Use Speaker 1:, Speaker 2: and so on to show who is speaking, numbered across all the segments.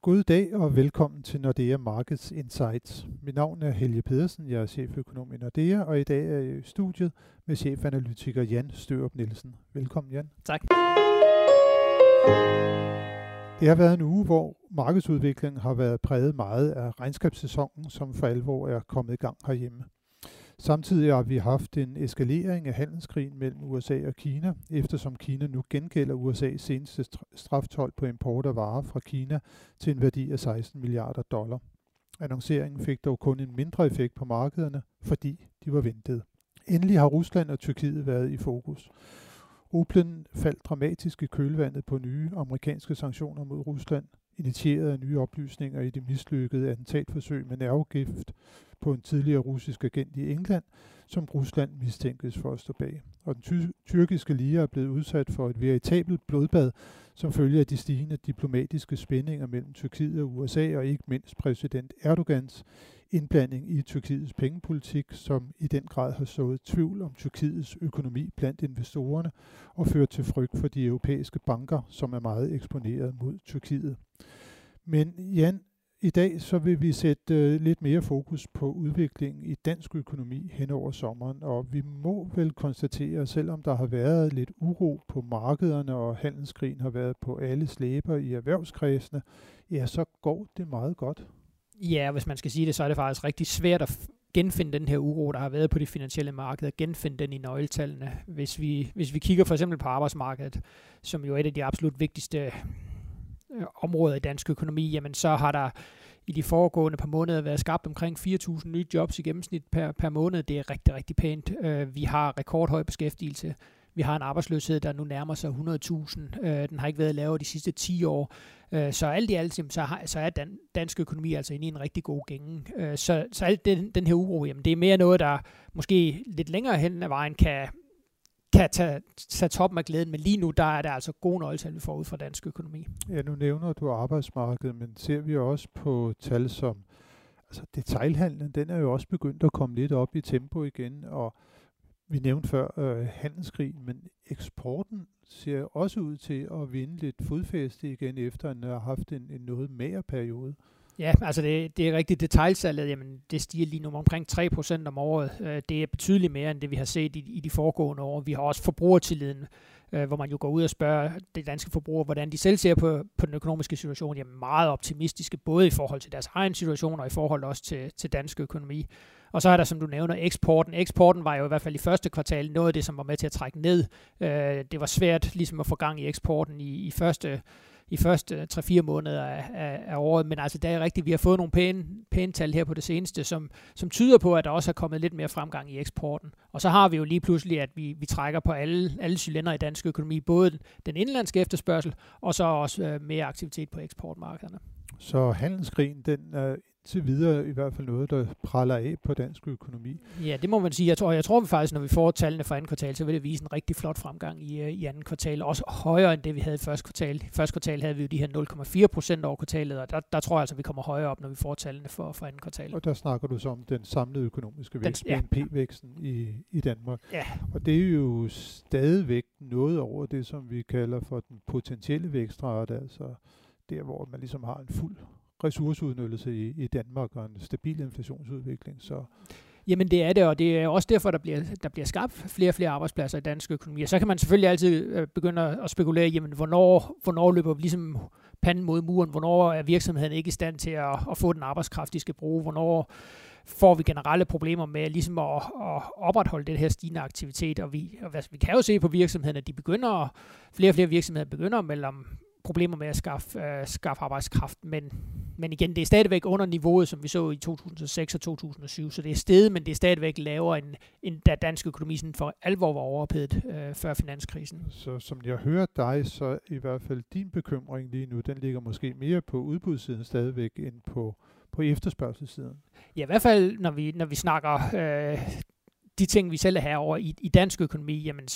Speaker 1: God dag og velkommen til Nordea Markets Insights. Mit navn er Helge Pedersen, jeg er cheføkonom i Nordea, og i dag er jeg i studiet med chefanalytiker Jan Størup Nielsen. Velkommen, Jan.
Speaker 2: Tak.
Speaker 1: Det har været en uge, hvor markedsudviklingen har været præget meget af regnskabssæsonen, som for alvor er kommet i gang herhjemme. Samtidig har vi haft en eskalering af handelskrigen mellem USA og Kina, eftersom Kina nu gengælder USA's seneste straftold på import af varer fra Kina til en værdi af $16 milliarder. Annonceringen fik dog kun en mindre effekt på markederne, fordi de var ventet. Endelig har Rusland og Tyrkiet været i fokus. Rublen faldt dramatisk i kølvandet på nye amerikanske sanktioner mod Rusland, initieret af nye oplysninger i det mislykkede attentatforsøg med nervegift på en tidligere russisk agent i England, som Rusland mistænkes for at stå bag. Og den tyrkiske lira er blevet udsat for et veritabelt blodbad, som følge af de stigende diplomatiske spændinger mellem Tyrkiet og USA, og ikke mindst præsident Erdogans indblanding i Tyrkiets pengepolitik, som i den grad har sået tvivl om Tyrkiets økonomi blandt investorerne og ført til frygt for de europæiske banker, som er meget eksponeret mod Tyrkiet. Men Jan, i dag så vil vi sætte lidt mere fokus på udviklingen i dansk økonomi hen over sommeren, og vi må vel konstatere, selvom der har været lidt uro på markederne, og handelskrigen har været på alle slæber i erhvervskredsene, ja, så går det meget godt.
Speaker 2: Ja, hvis man skal sige det, så er det faktisk rigtig svært at genfinde den her uro, der har været på de finansielle markeder, genfinde den i nøgletallene. Hvis vi kigger for eksempel på arbejdsmarkedet, som jo er et af de absolut vigtigste områder i dansk økonomi, jamen så har der i de foregående par måneder været skabt omkring 4.000 nye jobs i gennemsnit per måned. Det er rigtig, rigtig pænt. Vi har rekordhøj beskæftigelse. Vi har en arbejdsløshed, der nu nærmer sig 100.000. Den har ikke været lavere de sidste 10 år. Så alt i alt, så er dansk økonomi altså inde i en rigtig god gænge. Så alt den her uro, jamen det er mere noget, der måske lidt længere hen ad vejen kan tage toppen af glæden, men lige nu, der er der altså gode nøgletal, vi får ud fra dansk økonomi.
Speaker 1: Ja, nu nævner du arbejdsmarkedet, men ser vi også på tal som, altså detailhandlen, den er jo også begyndt at komme lidt op i tempo igen, og vi nævnte før handelskrig, men eksporten ser også ud til at vinde lidt fodfæste igen, efter at den har haft en noget mager periode.
Speaker 2: Ja, altså det er rigtigt. Detailsalget, jamen det stiger lige nu omkring 3% om året. Det er betydeligt mere end det, vi har set i de foregående år. Vi har også forbrugertilliden, hvor man jo går ud og spørger de danske forbrugere, hvordan de selv ser på den økonomiske situation. Jamen meget optimistiske, både i forhold til deres egen situation og i forhold også til dansk økonomi. Og så er der, som du nævner, eksporten. Eksporten var jo i hvert fald i første kvartal noget af det, som var med til at trække ned. Det var svært ligesom at få gang i eksporten i første 3-4 måneder af året, men altså det er rigtigt, vi har fået nogle pæne tal her på det seneste, som tyder på, at der også er kommet lidt mere fremgang i eksporten. Og så har vi jo lige pludselig, at vi trækker på alle cylindre i dansk økonomi, både den indlandske efterspørgsel, og så også mere aktivitet på eksportmarkederne.
Speaker 1: Så handelskrigen, den er til videre i hvert fald noget, der praller af på dansk økonomi. Ja,
Speaker 2: det må man sige. Jeg tror faktisk, når vi får tallene fra andet kvartal, så vil det vise en rigtig flot fremgang i andet kvartal. Også højere end det, vi havde i første kvartal. I første kvartal havde vi jo de her 0,4% over kvartalet, og der tror jeg altså, vi kommer højere op, når vi får tallene for andet kvartal.
Speaker 1: Og der snakker du så om den samlede økonomiske vækst, BNP-væksten i Danmark.
Speaker 2: Ja.
Speaker 1: Og det er jo stadigvæk noget over det, som vi kalder for den potentielle vækstrate, altså der, hvor man ligesom har en fuld ressourceudnyttelse i Danmark og en stabil inflationsudvikling. Så
Speaker 2: jamen det er det, og det er også derfor, der bliver skabt flere og flere arbejdspladser i dansk økonomi. Og så kan man selvfølgelig altid begynde at spekulere, jamen hvornår løber vi ligesom panden mod muren, hvornår er virksomheden ikke i stand til at få den arbejdskraft, de skal bruge, hvornår får vi generelle problemer med ligesom at opretholde det her stigende aktivitet. Og vi kan jo se på virksomhederne, at flere og flere virksomheder begynder at melde om problemer med at skaffe arbejdskraft, men igen, det er stadigvæk under niveauet, som vi så i 2006 og 2007, så det er steget, men det er stadigvæk lavere, end da dansk økonomi sådan for alvor var overophedet før finanskrisen.
Speaker 1: Så som jeg hører dig, så i hvert fald din bekymring lige nu, den ligger måske mere på udbudssiden stadigvæk, end på efterspørgselssiden.
Speaker 2: Ja, i hvert fald, når vi snakker de ting, vi selv er herovre i dansk økonomi, jamen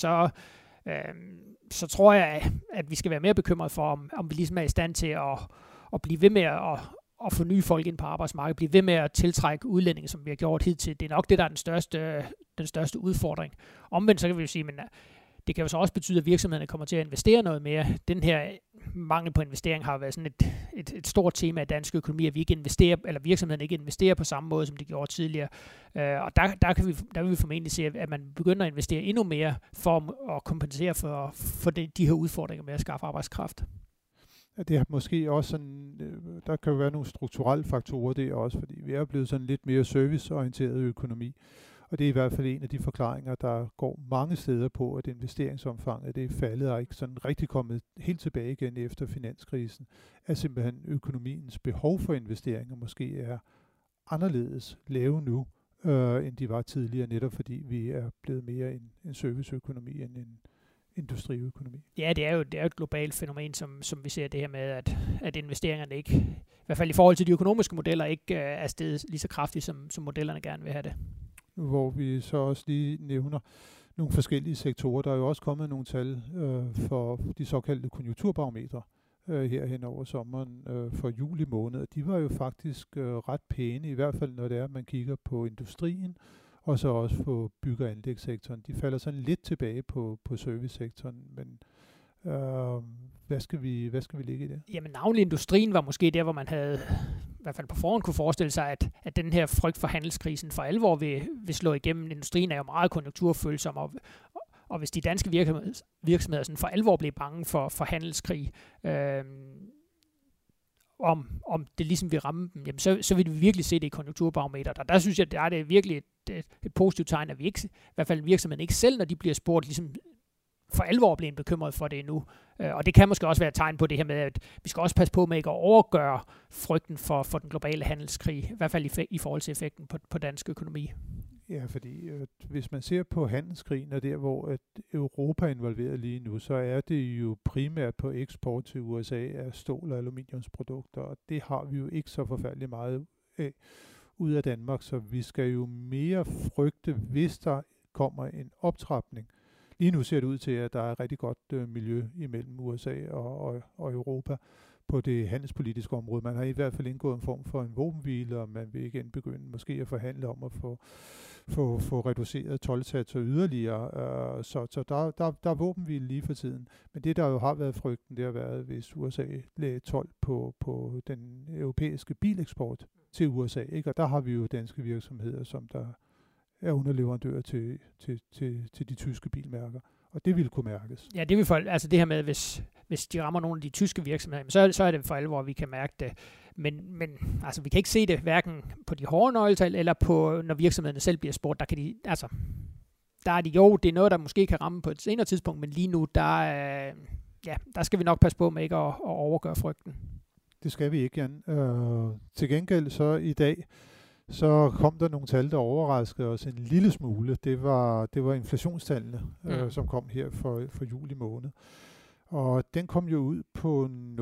Speaker 2: så tror jeg, at vi skal være mere bekymret for, om vi ligesom er i stand til at blive ved med at få nye folk ind på arbejdsmarkedet, blive ved med at tiltrække udlændinge, som vi har gjort hidtil. Det er nok det, der er den største udfordring. Omvendt så kan vi jo sige, men Det kan jo så også betyde, at virksomhederne kommer til at investere noget mere. Den her mangel på investering har været sådan et stort tema i dansk økonomi, at vi ikke investerer, eller virksomhederne ikke investerer på samme måde, som de gjorde tidligere. Og der vil vi formentlig se, at man begynder at investere endnu mere for at kompensere for de her udfordringer med at skaffe arbejdskraft.
Speaker 1: Det er måske også sådan, der kan jo være nogle strukturelle faktorer der også, fordi vi er blevet sådan lidt mere serviceorienteret økonomi. Og det er i hvert fald en af de forklaringer, der går mange steder på, at investeringsomfanget det er faldet og ikke sådan rigtig kommet helt tilbage igen efter finanskrisen. At simpelthen økonomiens behov for investeringer måske er anderledes lave nu, end de var tidligere, netop fordi vi er blevet mere en serviceøkonomi end en industriøkonomi.
Speaker 2: Ja, det er jo et globalt fænomen, som vi ser det her med, at investeringerne ikke, i hvert fald i forhold til de økonomiske modeller, ikke er steget lige så kraftigt, som modellerne gerne vil have det.
Speaker 1: Hvor vi så også lige nævner nogle forskellige sektorer. Der er jo også kommet nogle tal for de såkaldte konjunkturbarometre her hen over sommeren for juli måned. De var jo faktisk ret pæne, i hvert fald når det er, at man kigger på industrien, og så også på bygge- og anlægssektoren. De falder sådan lidt tilbage på servicesektoren, men hvad skal vi ligge i det?
Speaker 2: Jamen navnlig industrien var måske der, hvor man havde i hvert fald på forhånd kunne forestille sig, at den her frygt for handelskrisen for alvor vil slå igennem. Industrien er jo meget konjunkturfølsom, og hvis de danske virksomheder sådan for alvor blev bange for handelskrig, om det ligesom vil ramme dem, jamen så vil vi virkelig se det i konjunkturbarometer. Der synes jeg, der er det virkelig et positivt tegn, at vi ikke, i hvert fald virksomheden ikke selv, når de bliver spurgt, ligesom for alvor bliver bekymret for det nu. Og det kan måske også være et tegn på det her med, at vi skal også passe på med ikke at overgøre frygten for den globale handelskrig, i hvert fald i forhold til effekten på dansk økonomi.
Speaker 1: Ja, fordi hvis man ser på handelskrigen, og der hvor at Europa er involveret lige nu, så er det jo primært på eksport til USA af stål- og aluminiumsprodukter, og det har vi jo ikke så forfærdeligt meget af ud af Danmark, så vi skal jo mere frygte, hvis der kommer en optrapning. Lige nu ser det ud til, at der er rigtig godt miljø imellem USA og Europa på det handelspolitiske område. Man har i hvert fald indgået en form for en våbenhvile, og man vil igen begynde måske at forhandle om at få reduceret toldsatser yderligere. Så der er våbenhvile lige for tiden. Men det, der jo har været frygten, det har været, hvis USA lagde told på den europæiske bileksport til USA. Ikke? Og der har vi jo danske virksomheder, som der er underleverandører til de tyske bilmærker. Og det vil kunne mærkes.
Speaker 2: Ja, det vil altså det her med, hvis de rammer nogle af de tyske virksomheder, så er det for alvor, vi kan mærke det. Men altså, vi kan ikke se det hverken på de hårde nøgletal, eller på, når virksomhederne selv bliver spurgt. Der er de jo, det er noget, der måske kan ramme på et senere tidspunkt, men lige nu, der skal vi nok passe på med ikke at overgøre frygten.
Speaker 1: Det skal vi ikke, Jan. Til gengæld så i dag, så kom der nogle tal, der overraskede os en lille smule. Det var inflationstallene, som kom her for juli måned. Og den kom jo ud på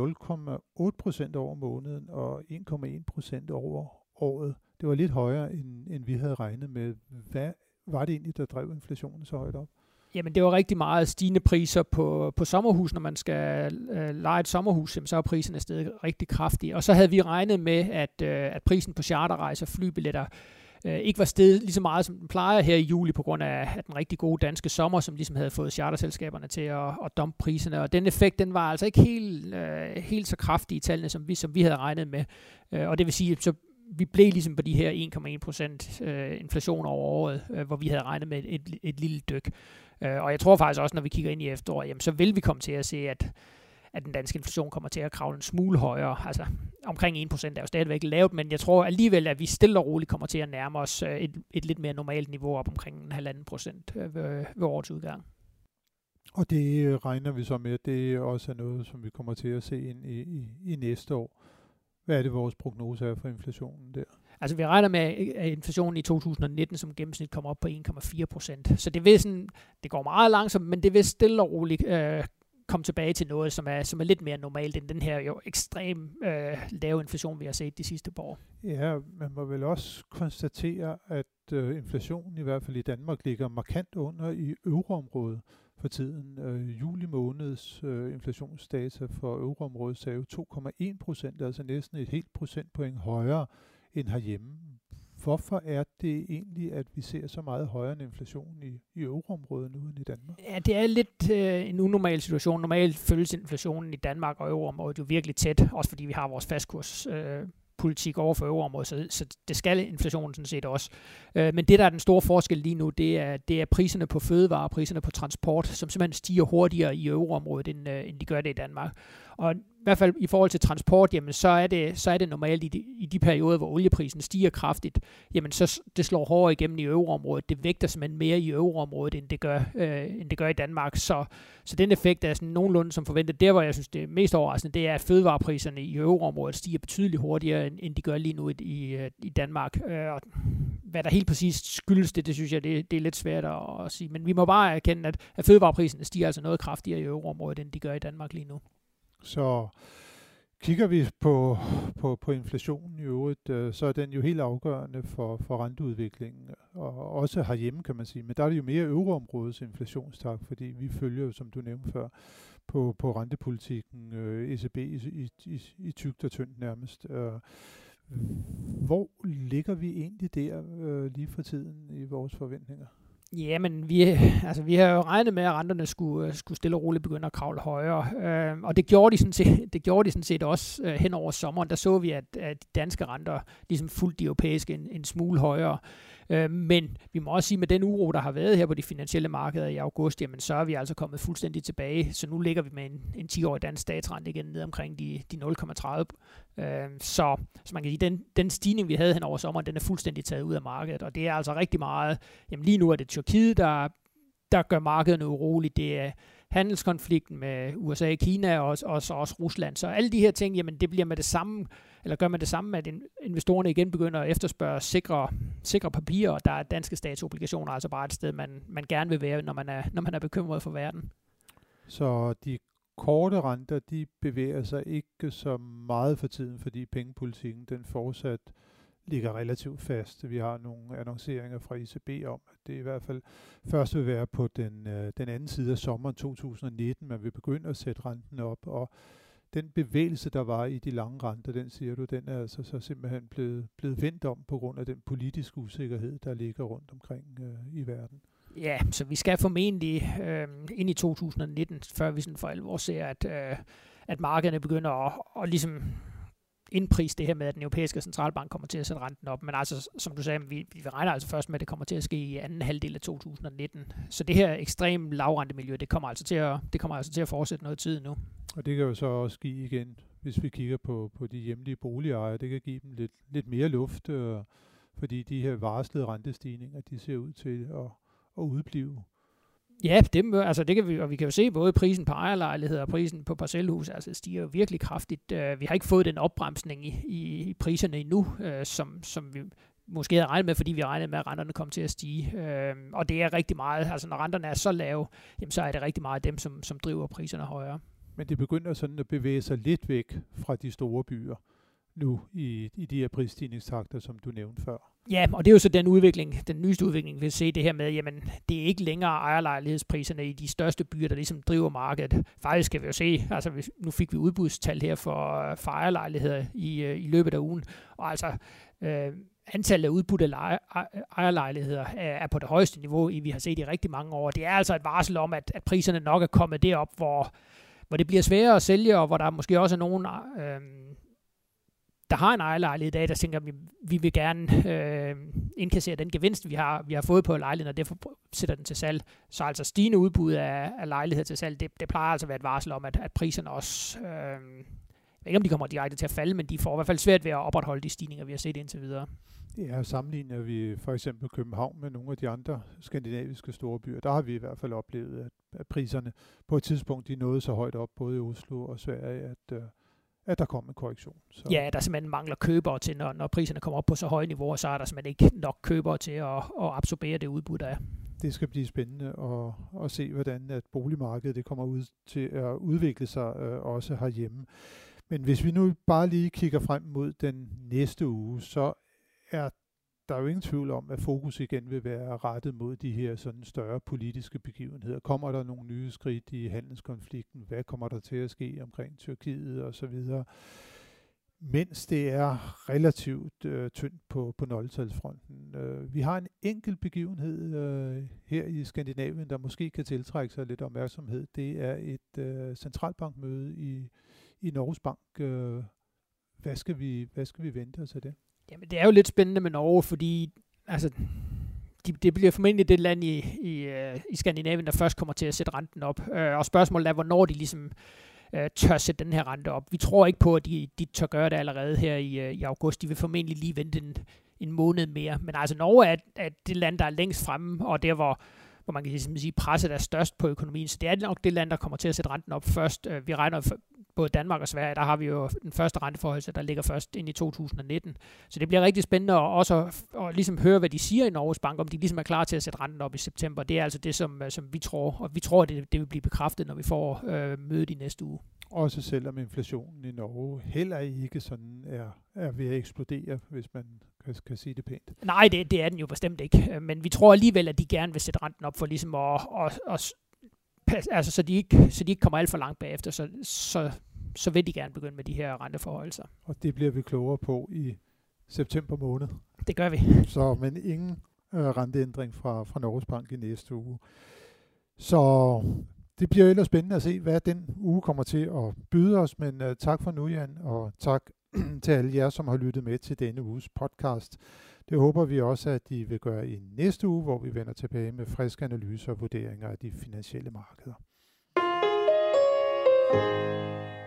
Speaker 1: 0,8% over måneden og 1,1% over året. Det var lidt højere, end vi havde regnet med. Hvad var det egentlig, der drev inflationen så højt op?
Speaker 2: Jamen, det var rigtig meget stigende priser på sommerhus. Når man skal leje et sommerhus, jamen, så er priserne steget rigtig kraftigt. Og så havde vi regnet med, at prisen på charterrejser, flybilletter, ikke var steget lige så meget, som den plejer her i juli, på grund af den rigtig gode danske sommer, som ligesom havde fået charterselskaberne til at dumpe priserne. Og den effekt, den var altså ikke helt så kraftig i tallene, som vi havde regnet med. Og det vil sige, så vi blev ligesom på de her 1,1% inflation over året, hvor vi havde regnet med et lille dyk. Og jeg tror faktisk også, når vi kigger ind i efteråret, jamen, så vil vi komme til at se, at den danske inflation kommer til at kravle en smule højere. Altså omkring 1% er jo stadigvæk lavt, men jeg tror alligevel, at vi stille og roligt kommer til at nærme os et lidt mere normalt niveau op omkring 1,5% ved årets udgang. Og
Speaker 1: det regner vi så med, at det også er noget, som vi kommer til at se ind i næste år. Hvad er det, vores prognose er for inflationen der?
Speaker 2: Altså, vi regner med, at inflationen i 2019 som gennemsnit kommer op på 1,4%. Så det går meget langsomt, men det vil stille og roligt komme tilbage til noget, som er lidt mere normalt end den her jo ekstrem lave inflation, vi har set de sidste par år.
Speaker 1: Ja, man må vel også konstatere, at inflationen i hvert fald i Danmark ligger markant under i euroområdet for tiden. Juli måneds inflationsdata for euroområdet sagde jo 2,1%, altså næsten et helt procentpoint højere end herhjemme. Hvorfor er det egentlig, at vi ser så meget højere en inflation i euroområdet nu end i Danmark?
Speaker 2: Ja, det er lidt en unormal situation. Normalt følges inflationen i Danmark og euroområdet jo virkelig tæt, også fordi vi har vores fastkurs politik over for euroområdet, så det skal inflationen sådan set også. Men det, der er den store forskel lige nu, det er priserne på fødevarer, priserne på transport, som simpelthen stiger hurtigere i euroområdet, end de gør det i Danmark. Og i hvert fald i forhold til transport, jamen, så er det normalt i de perioder, hvor olieprisen stiger kraftigt, jamen så det slår hårdere igennem i euroområdet. Det vægter simpelthen mere i euroområdet, end det gør i Danmark. Så den effekt er sådan nogenlunde som forventet. Der, hvor jeg synes, det er mest overraskende, det er, at fødevarepriserne i euroområdet stiger betydeligt hurtigere, end de gør lige nu i Danmark. Og hvad der helt præcis skyldes det synes jeg, det er lidt svært at sige. Men vi må bare erkende, at fødevarepriserne stiger altså noget kraftigere i euroområdet, end de gør i Danmark lige nu.
Speaker 1: Så kigger vi på inflationen i øvrigt, så er den jo helt afgørende for renteudviklingen, og også herhjemme, kan man sige. Men der er det jo mere euroområdets inflationstakt, fordi vi følger jo, som du nævnte før, på rentepolitikken, ECB i tykt og tyndt nærmest. Hvor ligger vi egentlig der lige for tiden i vores forventninger?
Speaker 2: Ja, men vi har jo regnet med, at renterne skulle stille og roligt begynde at kravle højere, og det gjorde de sådan set også hen over sommeren. Der så vi, at de danske renter ligesom fulgte de europæiske en smule højere. Men vi må også sige, at med den uro, der har været her på de finansielle markeder i august, jamen så er vi altså kommet fuldstændig tilbage. Så nu ligger vi med en 10-årig dansk statsrente igen ned omkring de 0,30. Så man kan sige, den stigning, vi havde hen over sommeren, den er fuldstændig taget ud af markedet. Og det er altså rigtig meget. Jamen lige nu er det Tyrkiet, der gør markederne uroligt. Det er handelskonflikten med USA og Kina og også Rusland. Så alle de her ting, jamen det bliver med det samme, eller gør man det samme, at investorerne igen begynder at efterspørge sikre papirer, og der er danske statsobligationer altså bare et sted, man gerne vil være, når man er bekymret for verden.
Speaker 1: Så de korte renter, de bevæger sig ikke så meget for tiden, fordi pengepolitikken, den fortsat ligger relativt fast. Vi har nogle annonceringer fra ECB om, at det i hvert fald først vil være på den anden side af sommeren 2019, man vil begynde at sætte renten op, og den bevægelse, der var i de lange renter, den siger du, den er altså så simpelthen blevet vendt om på grund af den politiske usikkerhed, der ligger rundt omkring i verden.
Speaker 2: Ja, så vi skal formentlig ind i 2019, før vi sådan for alvor ser, at markederne begynder at ligesom indprise det her med, at den europæiske centralbank kommer til at sætte renten op. Men altså, som du sagde, vi regner altså først med, at det kommer til at ske i anden halvdel af 2019. Så det her ekstremt lavrentemiljø, det kommer altså til at fortsætte noget tid nu.
Speaker 1: Og det kan jo så også give igen, hvis vi kigger på de hjemlige boligejere, det kan give dem lidt mere luft, fordi de her varslede rentestigninger, de ser ud til at udblive.
Speaker 2: Ja, det kan vi, og vi kan jo se både prisen på ejerlejligheder og prisen på parcelhus, altså stiger jo virkelig kraftigt. Vi har ikke fået den opbremsning i priserne endnu, som vi måske havde regnet med, fordi vi regnede med, at renterne kom til at stige. Og det er rigtig meget, altså når renterne er så lave, jamen, så er det rigtig meget dem, som driver priserne højere. Men
Speaker 1: det begynder sådan at bevæge sig lidt væk fra de store byer nu i de her prisstigningstakter, som du nævnte før.
Speaker 2: Ja, og det er jo så den nyeste udvikling, vi vil se det her med, jamen det er ikke længere ejerlejlighedspriserne i de største byer, der ligesom driver markedet. Faktisk skal vi jo se, altså nu fik vi udbudstal her for ejerlejligheder i løbet af ugen, og altså antallet af udbudte ejerlejligheder er på det højeste niveau, vi har set i rigtig mange år. Det er altså et varsel om, at priserne nok er kommet derop, hvor det bliver sværere at sælge, og hvor der måske også er nogen der har en ejerlejlighed i dag, der tænker, at vi vil gerne indkassere den gevinst, vi har fået på lejligheden, og derfor sætter den til salg. Så altså stigende udbud af lejligheder til salg, det plejer altså at være et varsel om, at priserne også, jeg ved ikke om de kommer direkte til at falde, men de får i hvert fald svært ved at opretholde de stigninger, vi har set indtil videre.
Speaker 1: Ja, sammenligner vi for eksempel København med nogle af de andre skandinaviske store byer, der har vi i hvert fald oplevet, at priserne på et tidspunkt, de nåede så højt op, både i Oslo og Sverige, at der kom en korrektion. Så. Ja,
Speaker 2: der simpelthen mangler købere til, når priserne kommer op på så høje niveauer, så er der simpelthen ikke nok købere til at absorbere det udbud, der er.
Speaker 1: Det skal blive spændende at se, hvordan at boligmarkedet det kommer ud til at udvikle sig også herhjemme. Men hvis vi nu bare lige kigger frem mod den næste uge, så er der jo ingen tvivl om, at fokus igen vil være rettet mod de her sådan større politiske begivenheder. Kommer der nogle nye skridt i handelskonflikten? Hvad kommer der til at ske omkring Tyrkiet og så videre? mens det er relativt tyndt på nøgletalsfronten. Vi har en enkelt begivenhed her i Skandinavien, der måske kan tiltrække sig lidt opmærksomhed. Det er et centralbankmøde i Norges Bank. Hvad skal vi vente os af det?
Speaker 2: Jamen, det er jo lidt spændende med Norge, fordi altså, det bliver formentlig det land i Skandinavien, der først kommer til at sætte renten op. Og spørgsmålet er, hvornår de ligesom tør sætte den her rente op. Vi tror ikke på, at de tør gøre det allerede her i august. De vil formentlig lige vente en måned mere. Men altså Norge er det land, der er længst fremme, og der hvor man kan sige, presset er størst på økonomien. Så det er nok det land, der kommer til at sætte renten op først. Vi regner både Danmark og Sverige, der har vi jo den første renteforhøjelse, der ligger først ind i 2019. Så det bliver rigtig spændende også at ligesom høre, hvad de siger i Norges Bank, om de ligesom er klar til at sætte renten op i september. Det er altså det, som vi tror, og vi tror, at det vil blive bekræftet, når vi får mødet i næste uge.
Speaker 1: Også selvom inflationen i Norge heller ikke sådan er ved at eksplodere, hvis man kan sige det pænt.
Speaker 2: Nej, det er den jo bestemt ikke. Men vi tror alligevel, at de gerne vil sætte renten op for ligesom altså, så de ikke kommer alt for langt bagefter, så vil de gerne begynde med de her renteforholdelser.
Speaker 1: Og det bliver vi klogere på i september måned.
Speaker 2: Det gør vi.
Speaker 1: Så, men ingen renteændring fra Norges Bank i næste uge. Så det bliver ellers spændende at se, hvad den uge kommer til at byde os. Men tak for nu, Jan, og tak til alle jer, som har lyttet med til denne uges podcast. Det håber vi også, at I vil gøre i næste uge, hvor vi vender tilbage med friske analyser og vurderinger af de finansielle markeder.